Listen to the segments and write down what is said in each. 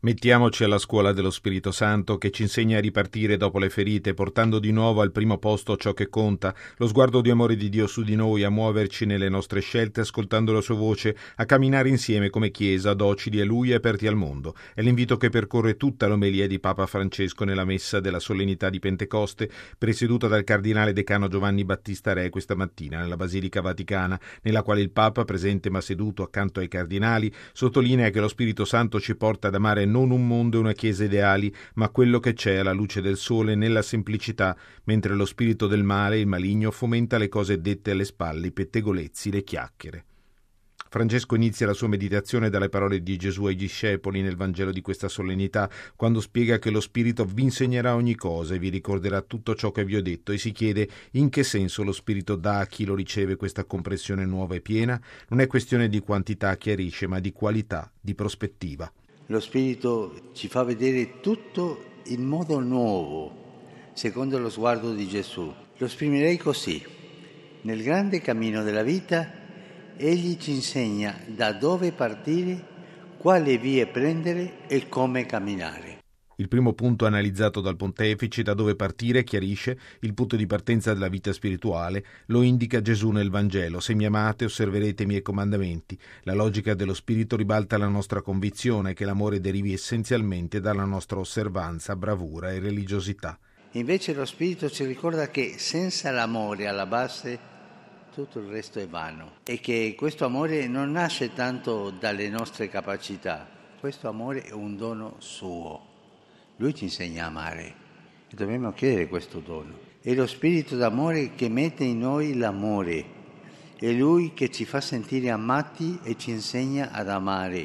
Mettiamoci alla scuola dello Spirito Santo che ci insegna a ripartire dopo le ferite, portando di nuovo al primo posto ciò che conta, lo sguardo di amore di Dio su di noi, a muoverci nelle nostre scelte ascoltando la sua voce, a camminare insieme come Chiesa, docili a Lui e aperti al mondo. È l'invito che percorre tutta l'omelia di Papa Francesco nella messa della solennità di Pentecoste, presieduta dal cardinale decano Giovanni Battista Re questa mattina nella Basilica Vaticana, nella quale il Papa, presente ma seduto accanto ai cardinali, sottolinea che lo Spirito Santo ci porta ad amare non un mondo e una chiesa ideali, ma quello che c'è alla luce del sole nella semplicità, mentre lo spirito del male, il maligno, fomenta le cose dette alle spalle, i pettegolezzi, le chiacchiere. Francesco inizia la sua meditazione dalle parole di Gesù ai discepoli nel Vangelo di questa solennità, quando spiega che lo Spirito vi insegnerà ogni cosa e vi ricorderà tutto ciò che vi ho detto, e si chiede in che senso lo Spirito dà a chi lo riceve questa comprensione nuova e piena. Non è questione di quantità, chiarisce, ma di qualità, di prospettiva. Lo Spirito ci fa vedere tutto in modo nuovo, secondo lo sguardo di Gesù. Lo esprimerei così. Nel grande cammino della vita, Egli ci insegna da dove partire, quali vie prendere e come camminare. Il primo punto analizzato dal pontefice, da dove partire, chiarisce, il punto di partenza della vita spirituale, lo indica Gesù nel Vangelo. Se mi amate, osserverete i miei comandamenti. La logica dello Spirito ribalta la nostra convinzione che l'amore derivi essenzialmente dalla nostra osservanza, bravura e religiosità. Invece lo Spirito ci ricorda che senza l'amore alla base tutto il resto è vano, e che questo amore non nasce tanto dalle nostre capacità, questo amore è un dono suo. Lui ci insegna a amare e dobbiamo chiedere questo dono. È lo spirito d'amore che mette in noi l'amore. È Lui che ci fa sentire amati e ci insegna ad amare.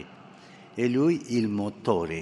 È Lui il motore,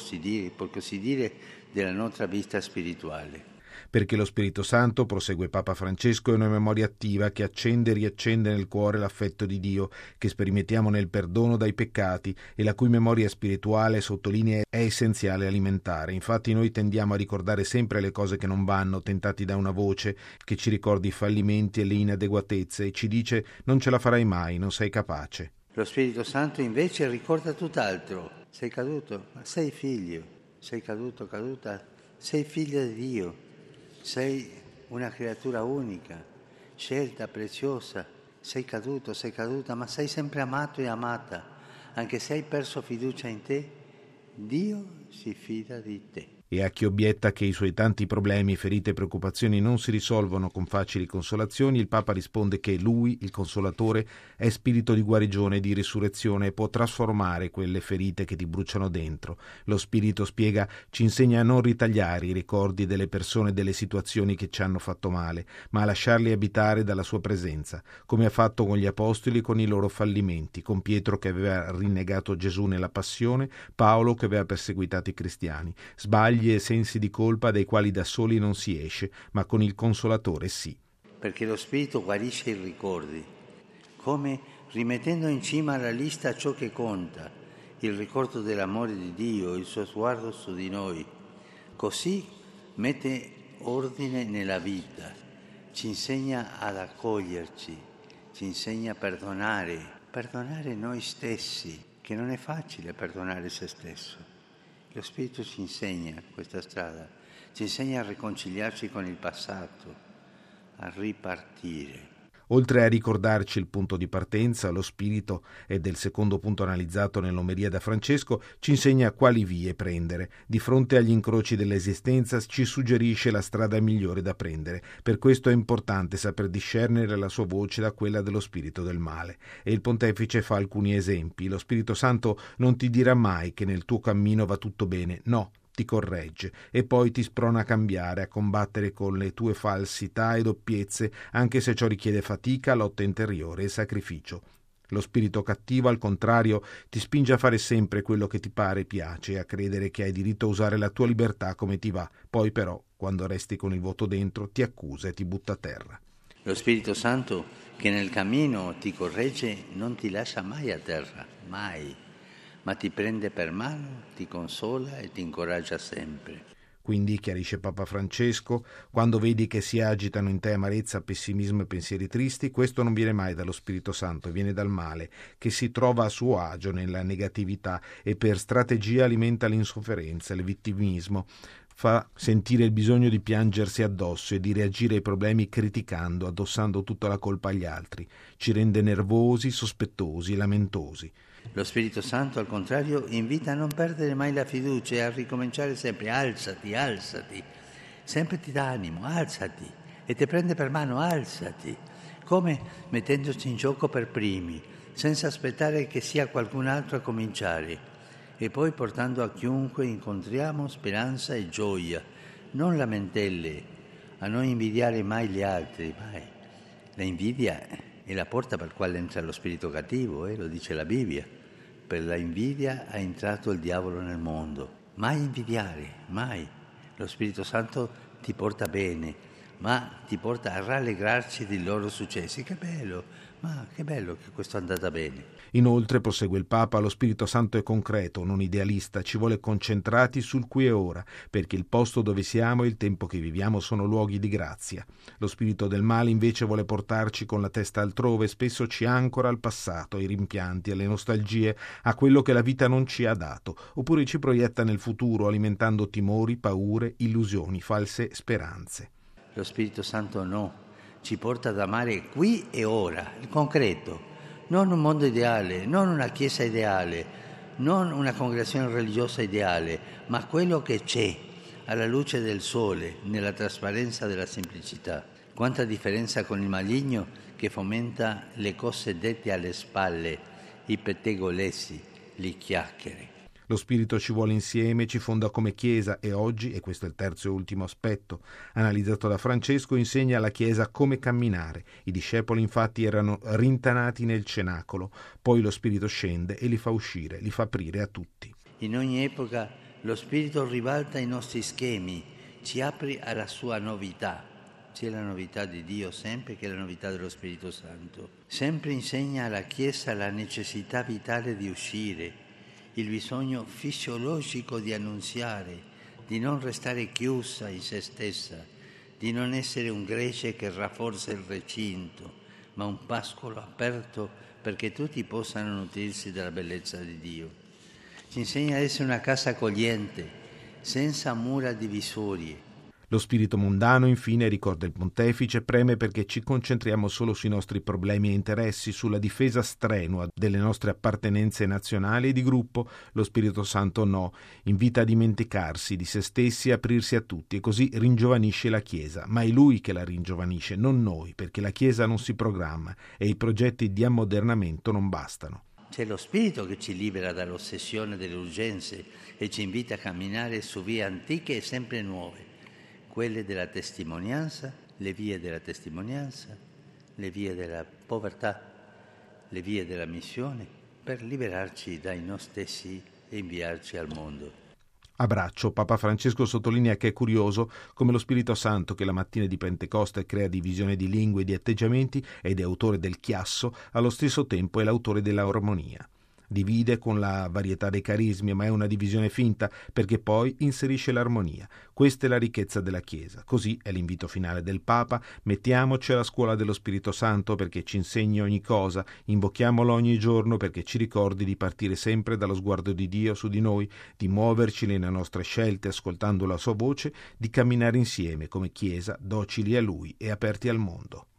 per così dire, della nostra vita spirituale. Perché lo Spirito Santo, prosegue Papa Francesco, è una memoria attiva che accende e riaccende nel cuore l'affetto di Dio, che sperimentiamo nel perdono dai peccati e la cui memoria spirituale, sottolinea, è essenziale alimentare. Infatti noi tendiamo a ricordare sempre le cose che non vanno, tentati da una voce che ci ricordi i fallimenti e le inadeguatezze e ci dice non ce la farai mai, non sei capace. Lo Spirito Santo invece ricorda tutt'altro. Sei caduto, ma sei figlio. Sei caduto, caduta, sei figlia di Dio. Sei una creatura unica, scelta, preziosa. Sei caduto, sei caduta, ma sei sempre amato e amata. Anche se hai perso fiducia in te, Dio si fida di te. E a chi obietta che i suoi tanti problemi, ferite e preoccupazioni non si risolvono con facili consolazioni, il Papa risponde che lui, il Consolatore, è spirito di guarigione e di risurrezione e può trasformare quelle ferite che ti bruciano dentro. Lo Spirito, spiega, ci insegna a non ritagliare i ricordi delle persone e delle situazioni che ci hanno fatto male, ma a lasciarli abitare dalla sua presenza, come ha fatto con gli Apostoli e con i loro fallimenti, con Pietro che aveva rinnegato Gesù nella passione, Paolo che aveva perseguitato i cristiani. Sbagli e sensi di colpa dai quali da soli non si esce, ma con il Consolatore sì. Perché lo Spirito guarisce i ricordi, come rimettendo in cima alla lista ciò che conta, il ricordo dell'amore di Dio, il suo sguardo su di noi. Così mette ordine nella vita, ci insegna ad accoglierci, ci insegna a perdonare noi stessi, che non è facile perdonare se stesso. Lo Spirito ci insegna questa strada, ci insegna a riconciliarci con il passato, a ripartire. Oltre a ricordarci il punto di partenza, lo Spirito, è del secondo punto analizzato nell'omelia da Francesco, ci insegna quali vie prendere. Di fronte agli incroci dell'esistenza ci suggerisce la strada migliore da prendere. Per questo è importante saper discernere la sua voce da quella dello spirito del male. E il pontefice fa alcuni esempi. Lo Spirito Santo non ti dirà mai che nel tuo cammino va tutto bene, no. Ti corregge e poi ti sprona a cambiare, a combattere con le tue falsità e doppiezze, anche se ciò richiede fatica, lotta interiore e sacrificio. Lo spirito cattivo, al contrario, ti spinge a fare sempre quello che ti pare e piace e a credere che hai diritto a usare la tua libertà come ti va. Poi però, quando resti con il vuoto dentro, ti accusa e ti butta a terra. Lo Spirito Santo che nel cammino ti corregge non ti lascia mai a terra, mai. Ma ti prende per mano, ti consola e ti incoraggia sempre. Quindi, chiarisce Papa Francesco, quando vedi che si agitano in te amarezza, pessimismo e pensieri tristi, questo non viene mai dallo Spirito Santo, viene dal male, che si trova a suo agio nella negatività e per strategia alimenta l'insofferenza, il vittimismo, fa sentire il bisogno di piangersi addosso e di reagire ai problemi criticando, addossando tutta la colpa agli altri, ci rende nervosi, sospettosi, lamentosi. Lo Spirito Santo, al contrario, invita a non perdere mai la fiducia e a ricominciare sempre. Alzati, alzati. Sempre ti dà animo, alzati. E ti prende per mano, alzati. Come mettendoci in gioco per primi, senza aspettare che sia qualcun altro a cominciare. E poi portando a chiunque incontriamo speranza e gioia, non lamentele, a non invidiare mai gli altri. Mai. La invidia è la porta per quale entra lo spirito cattivo, lo dice la Bibbia. Per la invidia è entrato il diavolo nel mondo. Mai invidiare, mai. Lo Spirito Santo ti porta bene, ma ti porta a rallegrarci dei loro successi. Che bello, ma che bello che questo è andata bene. Inoltre, prosegue il Papa, lo Spirito Santo è concreto, non idealista, ci vuole concentrati sul qui e ora, perché il posto dove siamo e il tempo che viviamo sono luoghi di grazia. Lo spirito del male invece vuole portarci con la testa altrove, spesso ci ancora al passato, ai rimpianti, alle nostalgie, a quello che la vita non ci ha dato, oppure ci proietta nel futuro alimentando timori, paure, illusioni, false speranze. Lo Spirito Santo no, ci porta ad amare qui e ora, il concreto. Non un mondo ideale, non una chiesa ideale, non una congregazione religiosa ideale, ma quello che c'è, alla luce del sole, nella trasparenza della semplicità. Quanta differenza con il maligno che fomenta le cose dette alle spalle, i pettegolezzi, le chiacchiere. Lo Spirito ci vuole insieme, ci fonda come Chiesa e oggi, e questo è il terzo e ultimo aspetto, analizzato da Francesco, insegna alla Chiesa come camminare. I discepoli infatti erano rintanati nel cenacolo, poi lo Spirito scende e li fa uscire, li fa aprire a tutti. In ogni epoca lo Spirito ribalta i nostri schemi, ci apre alla sua novità. C'è la novità di Dio sempre che è la novità dello Spirito Santo. Sempre insegna alla Chiesa la necessità vitale di uscire, il bisogno fisiologico di annunziare, di non restare chiusa in se stessa, di non essere un gregge che rafforza il recinto, ma un pascolo aperto perché tutti possano nutrirsi della bellezza di Dio. Ci insegna ad essere una casa accogliente, senza mura divisorie. Lo spirito mondano, infine, ricorda il pontefice, preme perché ci concentriamo solo sui nostri problemi e interessi, sulla difesa strenua delle nostre appartenenze nazionali e di gruppo. Lo Spirito Santo no, invita a dimenticarsi di se stessi e aprirsi a tutti, e così ringiovanisce la Chiesa. Ma è Lui che la ringiovanisce, non noi, perché la Chiesa non si programma e i progetti di ammodernamento non bastano. C'è lo Spirito che ci libera dall'ossessione delle urgenze e ci invita a camminare su vie antiche e sempre nuove. Quelle della testimonianza, le vie della testimonianza, le vie della povertà, le vie della missione, per liberarci dai noi stessi e inviarci al mondo. Abbraccio. Papa Francesco sottolinea che è curioso come lo Spirito Santo, che la mattina di Pentecoste crea divisione di lingue e di atteggiamenti ed è autore del chiasso, allo stesso tempo è l'autore dell'armonia. Divide con la varietà dei carismi, ma è una divisione finta, perché poi inserisce l'armonia. Questa è la ricchezza della Chiesa. Così è l'invito finale del Papa: mettiamoci alla scuola dello Spirito Santo perché ci insegni ogni cosa, invochiamolo ogni giorno perché ci ricordi di partire sempre dallo sguardo di Dio su di noi, di muoverci nelle nostre scelte ascoltando la sua voce, di camminare insieme come Chiesa, docili a Lui e aperti al mondo.